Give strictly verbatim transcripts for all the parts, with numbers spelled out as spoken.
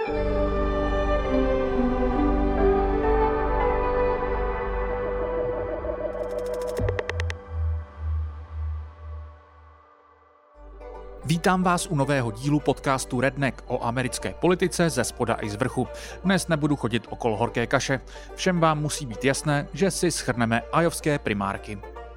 Vítám vás u nového dílu podcastu Redneck o americké politice ze spoda i z vrchu. Dnes nebudu chodit okolo horké kaše. Všem vám musí být jasné, že si shrneme iowské primárky.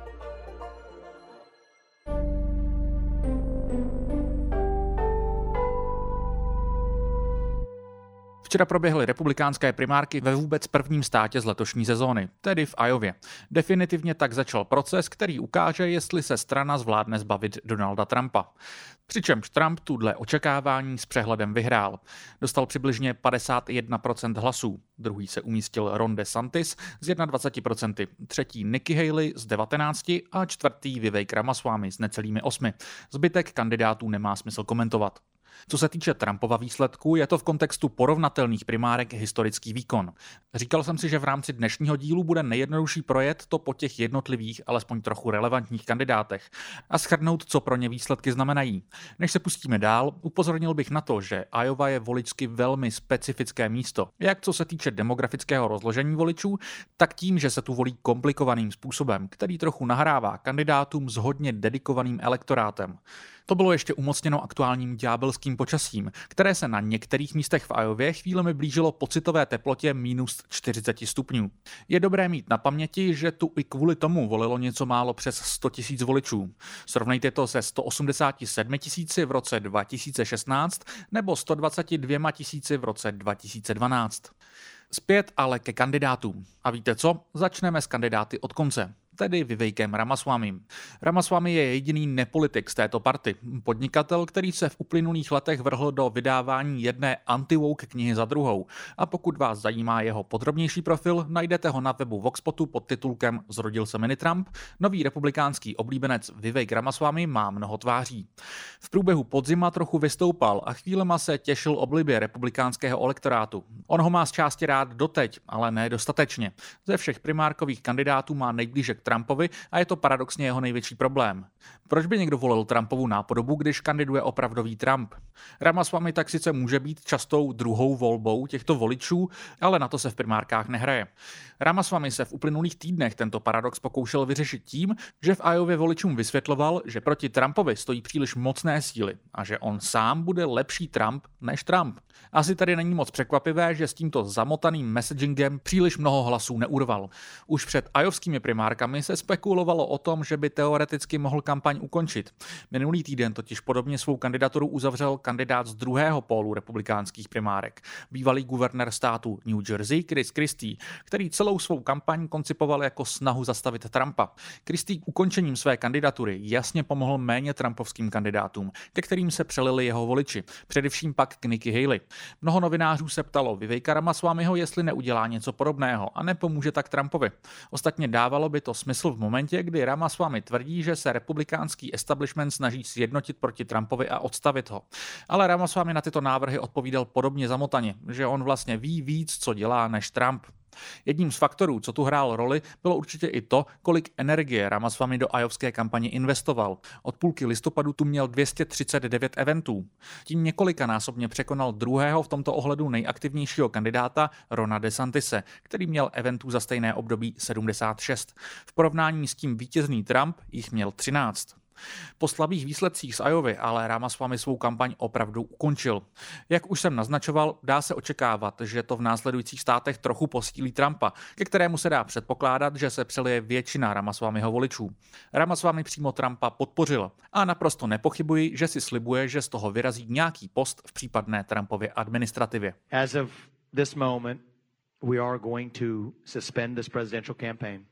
Včera proběhly republikánské primárky ve vůbec prvním státě z letošní sezóny, tedy v Iowě. Definitivně tak začal proces, který ukáže, jestli se strana zvládne zbavit Donalda Trumpa. Přičemž Trump tudle očekávání s přehledem vyhrál. Dostal přibližně padesát jedna procent hlasů. Druhý se umístil Ron DeSantis s dvacet jedna procent, třetí Nikki Haley s devatenáct a čtvrtý Vivek Ramaswamy s necelými osmi. Zbytek kandidátů nemá smysl komentovat. Co se týče Trumpova výsledku, je to v kontextu porovnatelných primárek historický výkon. Říkal jsem si, že v rámci dnešního dílu bude nejjednodušší projet to po těch jednotlivých, alespoň trochu relevantních kandidátech a shrnout, co pro ně výsledky znamenají. Než se pustíme dál, upozornil bych na to, že Iowa je voličsky velmi specifické místo, jak co se týče demografického rozložení voličů, tak tím, že se tu volí komplikovaným způsobem, který trochu nahrává kandidátům s hodně dedikovaným elektorátem. To bylo ještě umocněno aktuálním ďábelským počasím, které se na některých místech v Iowě chvílemi blížilo pocitové teplotě minus čtyřicet stupňů. Je dobré mít na paměti, že tu i kvůli tomu volilo něco málo přes sto tisíc voličů. Srovnejte to se sto osmdesát sedm tisíci v roce dva tisíce šestnáct nebo sto dvacet dva tisíci v roce dva tisíce dvanáct. Zpět ale ke kandidátům. A víte co? Začneme s kandidáty od konce. Tedy Vivekem Ramaswamym. Ramaswamy je jediný nepolitik z této party. Podnikatel, který se v uplynulých letech vrhl do vydávání jedné anti-woke knihy za druhou. A pokud vás zajímá jeho podrobnější profil, najdete ho na webu Voxpotu pod titulkem Zrodil se mini Trump. Nový republikánský oblíbenec Vivek Ramaswamy má mnoho tváří. V průběhu podzima trochu vystoupal a chvílema se těšil oblibě republikánského elektorátu. On ho má z části rád doteď, ale ne dostatečně. Ze všech primárkových kandidátů má nejblíže k Trumpovi a je to paradoxně jeho největší problém. Proč by někdo volil Trumpovu nápodobu, když kandiduje opravdový Trump? Ramaswamy tak sice může být častou druhou volbou těchto voličů, ale na to se v primárkách nehraje. Ramaswamy se v uplynulých týdnech tento paradox pokoušel vyřešit tím, že v Iowě voličům vysvětloval, že proti Trumpovi stojí příliš mocné síly a že on sám bude lepší Trump než Trump. Asi tady není moc překvapivé, že s tímto zamotaným messagingem příliš mnoho hlasů neurval. Už před iowskými primárkami se spekulovalo o tom, že by teoreticky mohl kampaň ukončit. Minulý týden totiž podobně svou kandidaturu uzavřel kandidát z druhého pólu republikánských primárek, bývalý guvernér státu New Jersey Chris Christie, který celou svou kampaň koncipoval jako snahu zastavit Trumpa. Christie ukončením své kandidatury jasně pomohl méně trumpovským kandidátům, ke kterým se přelili jeho voliči, především pak k Nikki Haley. Mnoho novinářů se ptalo Viveka Ramaswamyho, jestli neudělá něco podobného a nepomůže tak Trumpovi. Ostatně dávalo by to smysl v momentě, kdy Ramaswamy tvrdí, že se republikánský establishment snaží sjednotit proti Trumpovi a odstavit ho. Ale Ramaswamy na tyto návrhy odpovídal podobně zamotaně, že on vlastně ví víc, co dělá, než Trump. Jedním z faktorů, co tu hrál roli, bylo určitě i to, kolik energie Ramaswamy do iowské kampaně investoval. Od půlky listopadu tu měl dvě stě třicet devět eventů. Tím několikanásobně překonal druhého v tomto ohledu nejaktivnějšího kandidáta Rona DeSantise, který měl eventů za stejné období sedmdesát šest. V porovnání s tím vítězný Trump jich měl třináct. Po slabých výsledcích z Iovy ale Ramaswamy svou kampaň opravdu ukončil. Jak už jsem naznačoval, dá se očekávat, že to v následujících státech trochu posílí Trumpa, ke kterému se dá předpokládat, že se přelije většina Ramaswamyho voličů. Ramaswamy přímo Trumpa podpořil a naprosto nepochybuji, že si slibuje, že z toho vyrazí nějaký post v případné Trumpově administrativě. As of this moment, we are going to suspend this presidential campaign.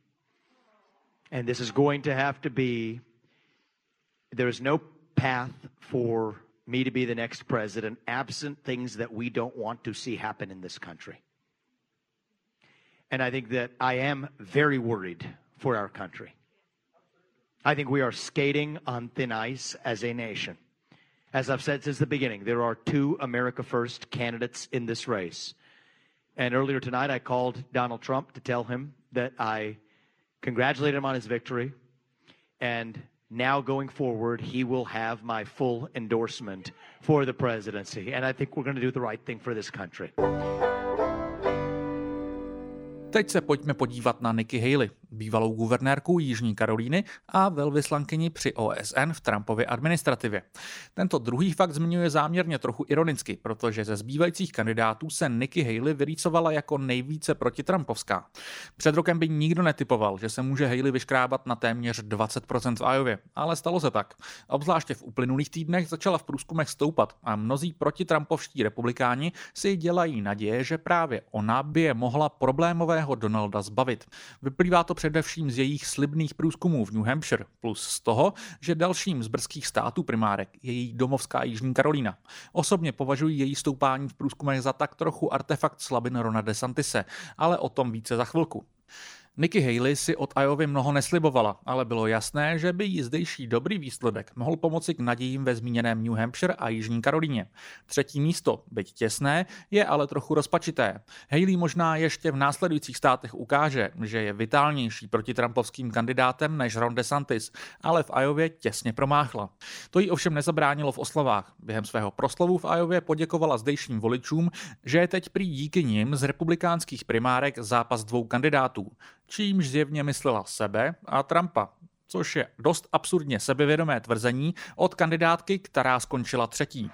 And this is going to have to be There is no path for me to be the next president absent things that we don't want to see happen in this country. And I think that I am very worried for our country. I think we are skating on thin ice as a nation. As I've said since the beginning, there are two America First candidates in this race. And earlier tonight, I called Donald Trump to tell him that I congratulated him on his victory and now going forward, he will have my full endorsement for the presidency. And I think we're going to do the right thing for this country. Teď se pojďme podívat na Nikki Haley, bývalou guvernérku Jižní Karolíny a velvyslankyni při O S N v Trumpově administrativě. Tento druhý fakt zmiňuje záměrně trochu ironicky, protože ze zbývajících kandidátů se Nikki Haley vyrýcovala jako nejvíce protitrampovská. Před rokem by nikdo netypoval, že se může Haley vyškrábat na téměř dvacet procent v Iově, ale stalo se tak. Obzvláště v uplynulých týdnech začala v průzkumech stoupat a mnozí protitrampovští republikáni si dělají naděje, že právě ona by je mohla problémové Donalda zbavit. Vyplývá to především z jejich slibných průzkumů v New Hampshire, plus z toho, že dalším z brzkých států primárek je její domovská Jižní Karolína. Osobně považuji její stoupání v průzkumech za tak trochu artefakt slabin Rona DeSantise, ale o tom více za chvilku. Nikki Haley si od Iovy mnoho neslibovala, ale bylo jasné, že by jí zdejší dobrý výsledek mohl pomoci k nadějím ve zmíněném New Hampshire a Jižní Karolíně. Třetí místo, byť těsné, je ale trochu rozpačité. Haley možná ještě v následujících státech ukáže, že je vitálnější proti trumpovským kandidátem než Ron DeSantis, ale v Iově těsně promáchla. To jí ovšem nezabránilo v oslavách. Během svého proslovu v Iově poděkovala zdejším voličům, že je teď prý díky nim z republikánských primárek zápas dvou kandidátů, čímž zjevně myslela sebe a Trumpa, což je dost absurdně sebevědomé tvrzení od kandidátky, která skončila třetí.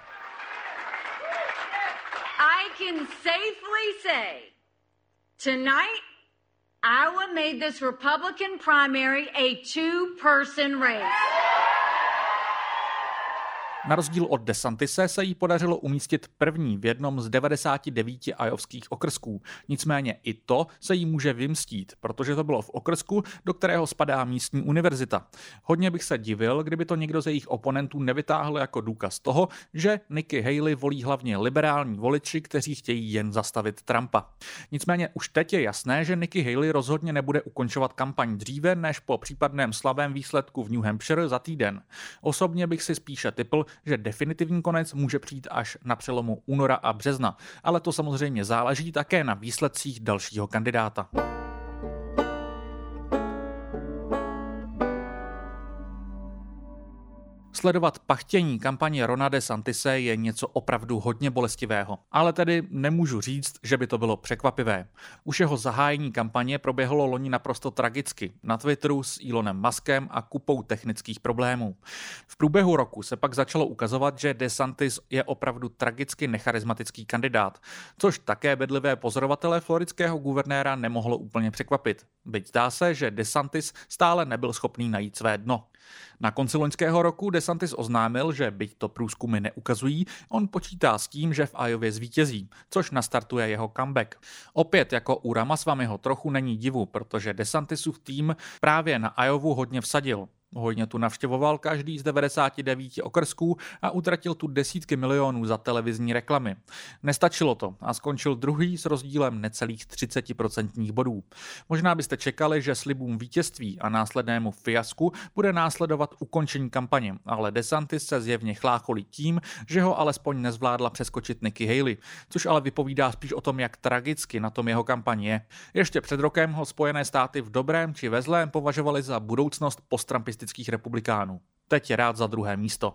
I can safely say tonight Iowa made this Republican primary a two-person race. Na rozdíl od DeSantise se jí podařilo umístit první v jednom z devadesáti devíti iovských okrsků. Nicméně i to se jí může vymstít, protože to bylo v okrsku, do kterého spadá místní univerzita. Hodně bych se divil, kdyby to někdo z jejich oponentů nevytáhl jako důkaz toho, že Nikki Haley volí hlavně liberální voliči, kteří chtějí jen zastavit Trumpa. Nicméně už teď je jasné, že Nikki Haley rozhodně nebude ukončovat kampaň dříve než po případném slabém výsledku v New Hampshire za týden. Osobně bych si spíše tipl, že definitivní konec může přijít až na přelomu února a března, ale to samozřejmě záleží také na výsledcích dalšího kandidáta. Sledovat pachtění kampaně Rona DeSantise je něco opravdu hodně bolestivého, ale tedy nemůžu říct, že by to bylo překvapivé. Už jeho zahájení kampaně proběhlo loni naprosto tragicky, na Twitteru s Elonem Muskem a kupou technických problémů. V průběhu roku se pak začalo ukazovat, že DeSantis je opravdu tragicky necharismatický kandidát, což také bedlivé pozorovatele floridského guvernéra nemohlo úplně překvapit. Byť zdá se, že DeSantis stále nebyl schopný najít své dno. Na konci loňského roku DeSantis oznámil, že byť to průzkumy neukazují, on počítá s tím, že v Iově zvítězí, což nastartuje jeho comeback. Opět jako u Ramaswamyho trochu není divu, protože DeSantisův tým právě na Iovu hodně vsadil. Hojně tu navštěvoval každý z devadesáti devíti okrsků a utratil tu desítky milionů za televizní reklamy. Nestačilo to a skončil druhý s rozdílem necelých třicet procent bodů. Možná byste čekali, že slibům vítězství a následnému fiasku bude následovat ukončení kampaně, ale DeSantis se zjevně chlácholí tím, že ho alespoň nezvládla přeskočit Nikki Haley, což ale vypovídá spíš o tom, jak tragicky na tom jeho kampaň je. Ještě před rokem ho Spojené státy v dobrém či ve zlém považovali za budoucnost posttrumpistických republikánů. Teď je rád za druhé místo.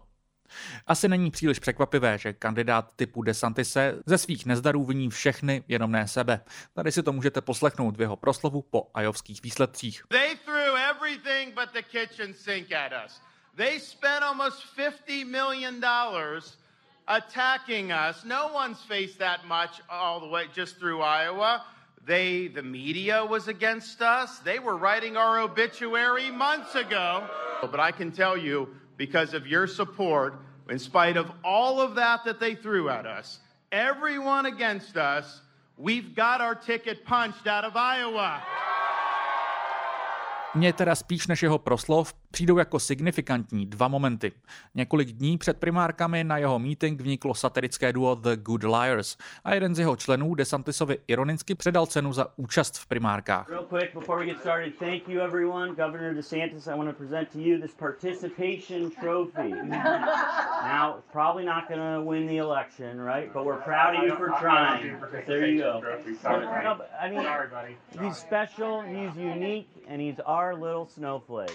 Asi není příliš překvapivé, že kandidát typu DeSantise ze svých nezdarů viní všechny, jenom ne sebe. Tady si to můžete poslechnout v jeho proslovu po iovských výsledcích. They threw everything but the kitchen sink at us. They spent almost fifty million dollars attacking us. No one's faced that much all the way just through Iowa. They, the media was against us. They were writing our obituary months ago. But I can tell you, because of your support, in spite of all of that that they threw at us, everyone against us, we've got our ticket punched out of Iowa. Mně teda spíš než jeho proslov přijdou jako signifikantní dva momenty. Několik dní před primárkami na jeho meeting vniklo satirické duo The Good Liars a jeden z jeho členů DeSantisovi ironicky předal cenu za účast v primárkách. Real quick before we get started, thank you everyone. Governor DeSantis, I want to present to you this participation trophy. Now, it's probably not going to win the election, right? But we're proud of you for trying. There you go. No, but, I mean, he's special, he's unique, and he's our little snowflake.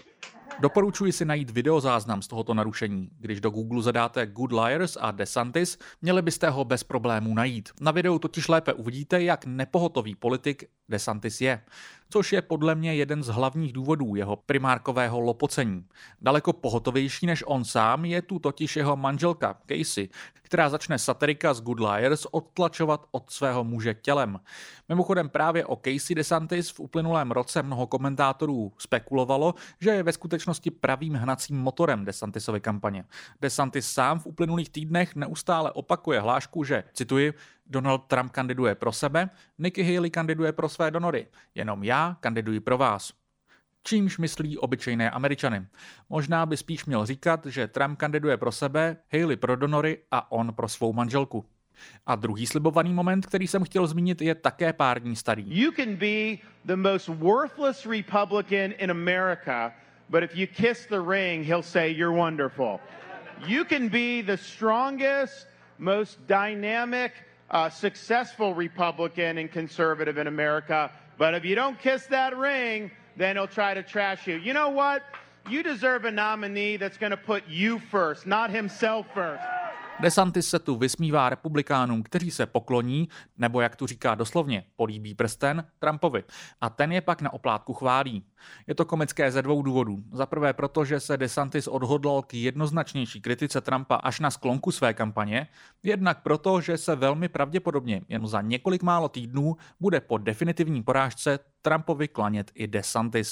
Doporučuji si najít videozáznam z tohoto narušení. Když do Google zadáte Good Liars a DeSantis, měli byste ho bez problémů najít. Na videu totiž lépe uvidíte, jak nepohotový politik DeSantis je, což je podle mě jeden z hlavních důvodů jeho primárkového lopocení. Daleko pohotovější než on sám je tu totiž jeho manželka Casey, která začne satirika z Good Liars odtlačovat od svého muže tělem. Mimochodem právě o Casey DeSantis v uplynulém roce mnoho komentátorů spekulovalo, že je ve skutečnosti pravým hnacím motorem DeSantisovy kampaně. DeSantis sám v uplynulých týdnech neustále opakuje hlášku, že, cituji, Donald Trump kandiduje pro sebe, Nikki Haley kandiduje pro své donory, jenom já kandiduji pro vás. Čímž myslí obyčejné Američany. Možná by spíš měl říkat, že Trump kandiduje pro sebe, Haley pro donory a on pro svou manželku. A druhý slibovaný moment, který jsem chtěl zmínit, je také pár dní starý. You can be the most worthless Republican in America, but if you kiss the ring, he'll say you're wonderful. You can be the strongest, most dynamic, uh, successful Republican and conservative in America, but if you don't kiss that ring, then he'll try to trash you. You know what? You deserve a nominee that's going to put you first, not himself first. DeSantis se tu vysmívá republikánům, kteří se pokloní, nebo jak tu říká doslovně, políbí prsten Trumpovi. A ten je pak na oplátku chválí. Je to komické ze dvou důvodů. Za prvé proto, že se DeSantis odhodlal k jednoznačnější kritice Trumpa až na sklonku své kampaně, jednak proto, že se velmi pravděpodobně jen za několik málo týdnů bude po definitivní porážce Trumpovi klanět i DeSantis.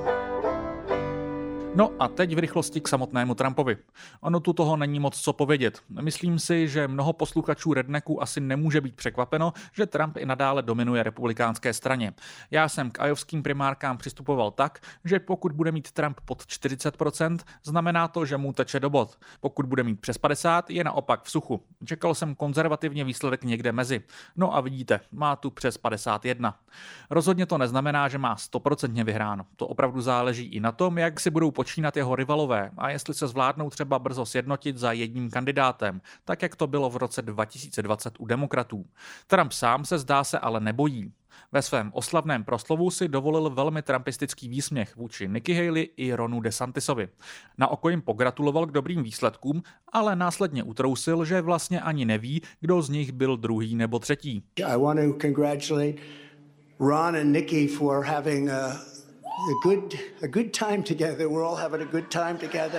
No a teď v rychlosti k samotnému Trumpovi. Ono tu toho není moc co povědět. Myslím si, že mnoho posluchačů rednecků asi nemůže být překvapeno, že Trump i nadále dominuje republikánské straně. Já jsem k iovským primárkám přistupoval tak, že pokud bude mít Trump pod čtyřicet procent, znamená to, že mu teče do bod. Pokud bude mít přes padesát, je naopak v suchu. Čekal jsem konzervativně výsledek někde mezi. No a vidíte, má tu přes padesát jedna. Rozhodně to neznamená, že má sto procent vyhráno. To opravdu záleží i na tom, jak si budou počínat jeho rivalové a jestli se zvládnou třeba brzo sjednotit za jedním kandidátem, tak jak to bylo v roce dva tisíce dvacet u demokratů. Trump sám se zdá se ale nebojí. Ve svém oslavném proslovu si dovolil velmi trumpistický výsměch vůči Nikki Haley i Ronu DeSantisovi. Na oko jim pogratuloval k dobrým výsledkům, ale následně utrousil, že vlastně ani neví, kdo z nich byl druhý nebo třetí. I want to congratulate Ron and Nikki for having a, a good a good time together. We're all having a good time together.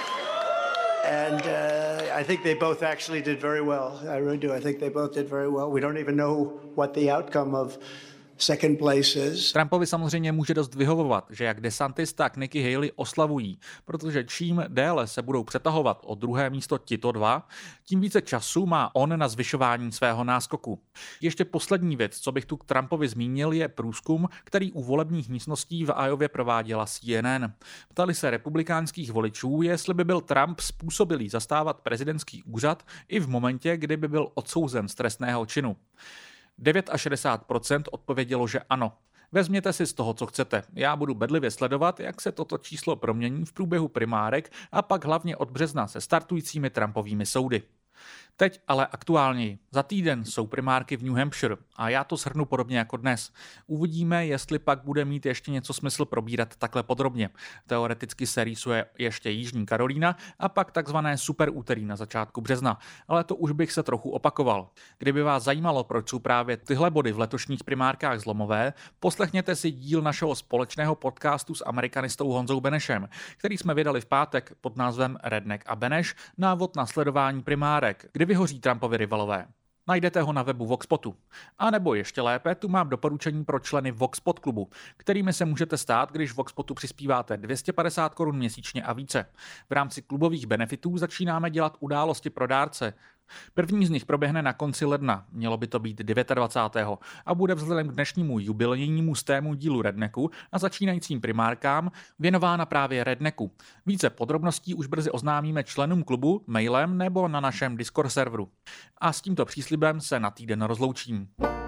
And uh, I think they both actually did very well. I really do. I think they both did very well. We don't even know what the outcome of second place is. Trumpovi samozřejmě může dost vyhovovat, že jak DeSantis, tak Nikki Haley oslavují, protože čím déle se budou přetahovat o druhé místo tito dva, tím více času má on na zvyšování svého náskoku. Ještě poslední věc, co bych tu k Trumpovi zmínil, je průzkum, který u volebních místností v Iově prováděla C N N. Ptali se republikánských voličů, jestli by byl Trump způsobilý zastávat prezidentský úřad i v momentě, kdy by byl odsouzen z trestného činu. šedesát devět procent odpovědělo, že ano. Vezměte si z toho, co chcete. Já budu bedlivě sledovat, jak se toto číslo promění v průběhu primárek a pak hlavně od března se startujícími Trumpovými soudy. Teď ale aktuálněji. Za týden jsou primárky v New Hampshire a já to shrnu podobně jako dnes. Uvidíme, jestli pak bude mít ještě něco smysl probírat takhle podrobně. Teoreticky se rýsuje ještě Jižní Karolína a pak takzvané super úterý na začátku března, ale to už bych se trochu opakoval. Kdyby vás zajímalo, proč jsou právě tyhle body v letošních primárkách zlomové, poslechněte si díl našeho společného podcastu s amerikanistou Honzou Benešem, který jsme vydali v pátek pod názvem Redneck a Beneš, návod na sledování primárek, kdy vyhoří Trumpovi rivalové. Najdete ho na webu Voxpotu. A nebo ještě lépe, tu mám doporučení pro členy Voxpot klubu, kterými se můžete stát, když Voxpotu přispíváte dvě stě padesát korun měsíčně a více. V rámci klubových benefitů začínáme dělat události pro dárce. První z nich proběhne na konci ledna, mělo by to být dvacátého devátého a bude vzhledem k dnešnímu jubilejnímu stému dílu Rednecku a začínajícím primárkám věnována právě Rednecku. Více podrobností už brzy oznámíme členům klubu mailem nebo na našem Discord serveru. A s tímto příslibem se na týden rozloučím.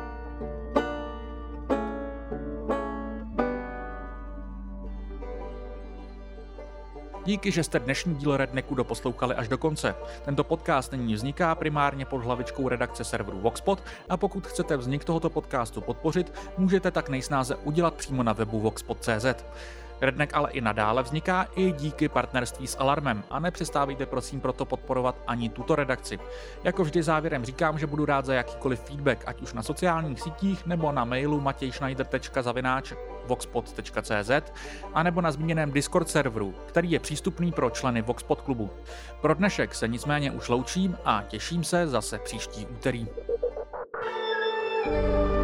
Díky, že jste dnešní díl Rednecku doposlouchali až do konce. Tento podcast nyní vzniká primárně pod hlavičkou redakce serveru Voxpot a pokud chcete vznik tohoto podcastu podpořit, můžete tak nejsnáze udělat přímo na webu voxpot tečka cé zet. Redneck ale i nadále vzniká i díky partnerství s Alarmem a nepřestávejte prosím proto podporovat ani tuto redakci. Jako vždy závěrem říkám, že budu rád za jakýkoliv feedback, ať už na sociálních sítích nebo na mailu matějschneider tečka zavináč voxpod tečka cz a nebo na zmíněném Discord serveru, který je přístupný pro členy Voxpod klubu. Pro dnešek se nicméně už loučím a těším se zase příští úterý.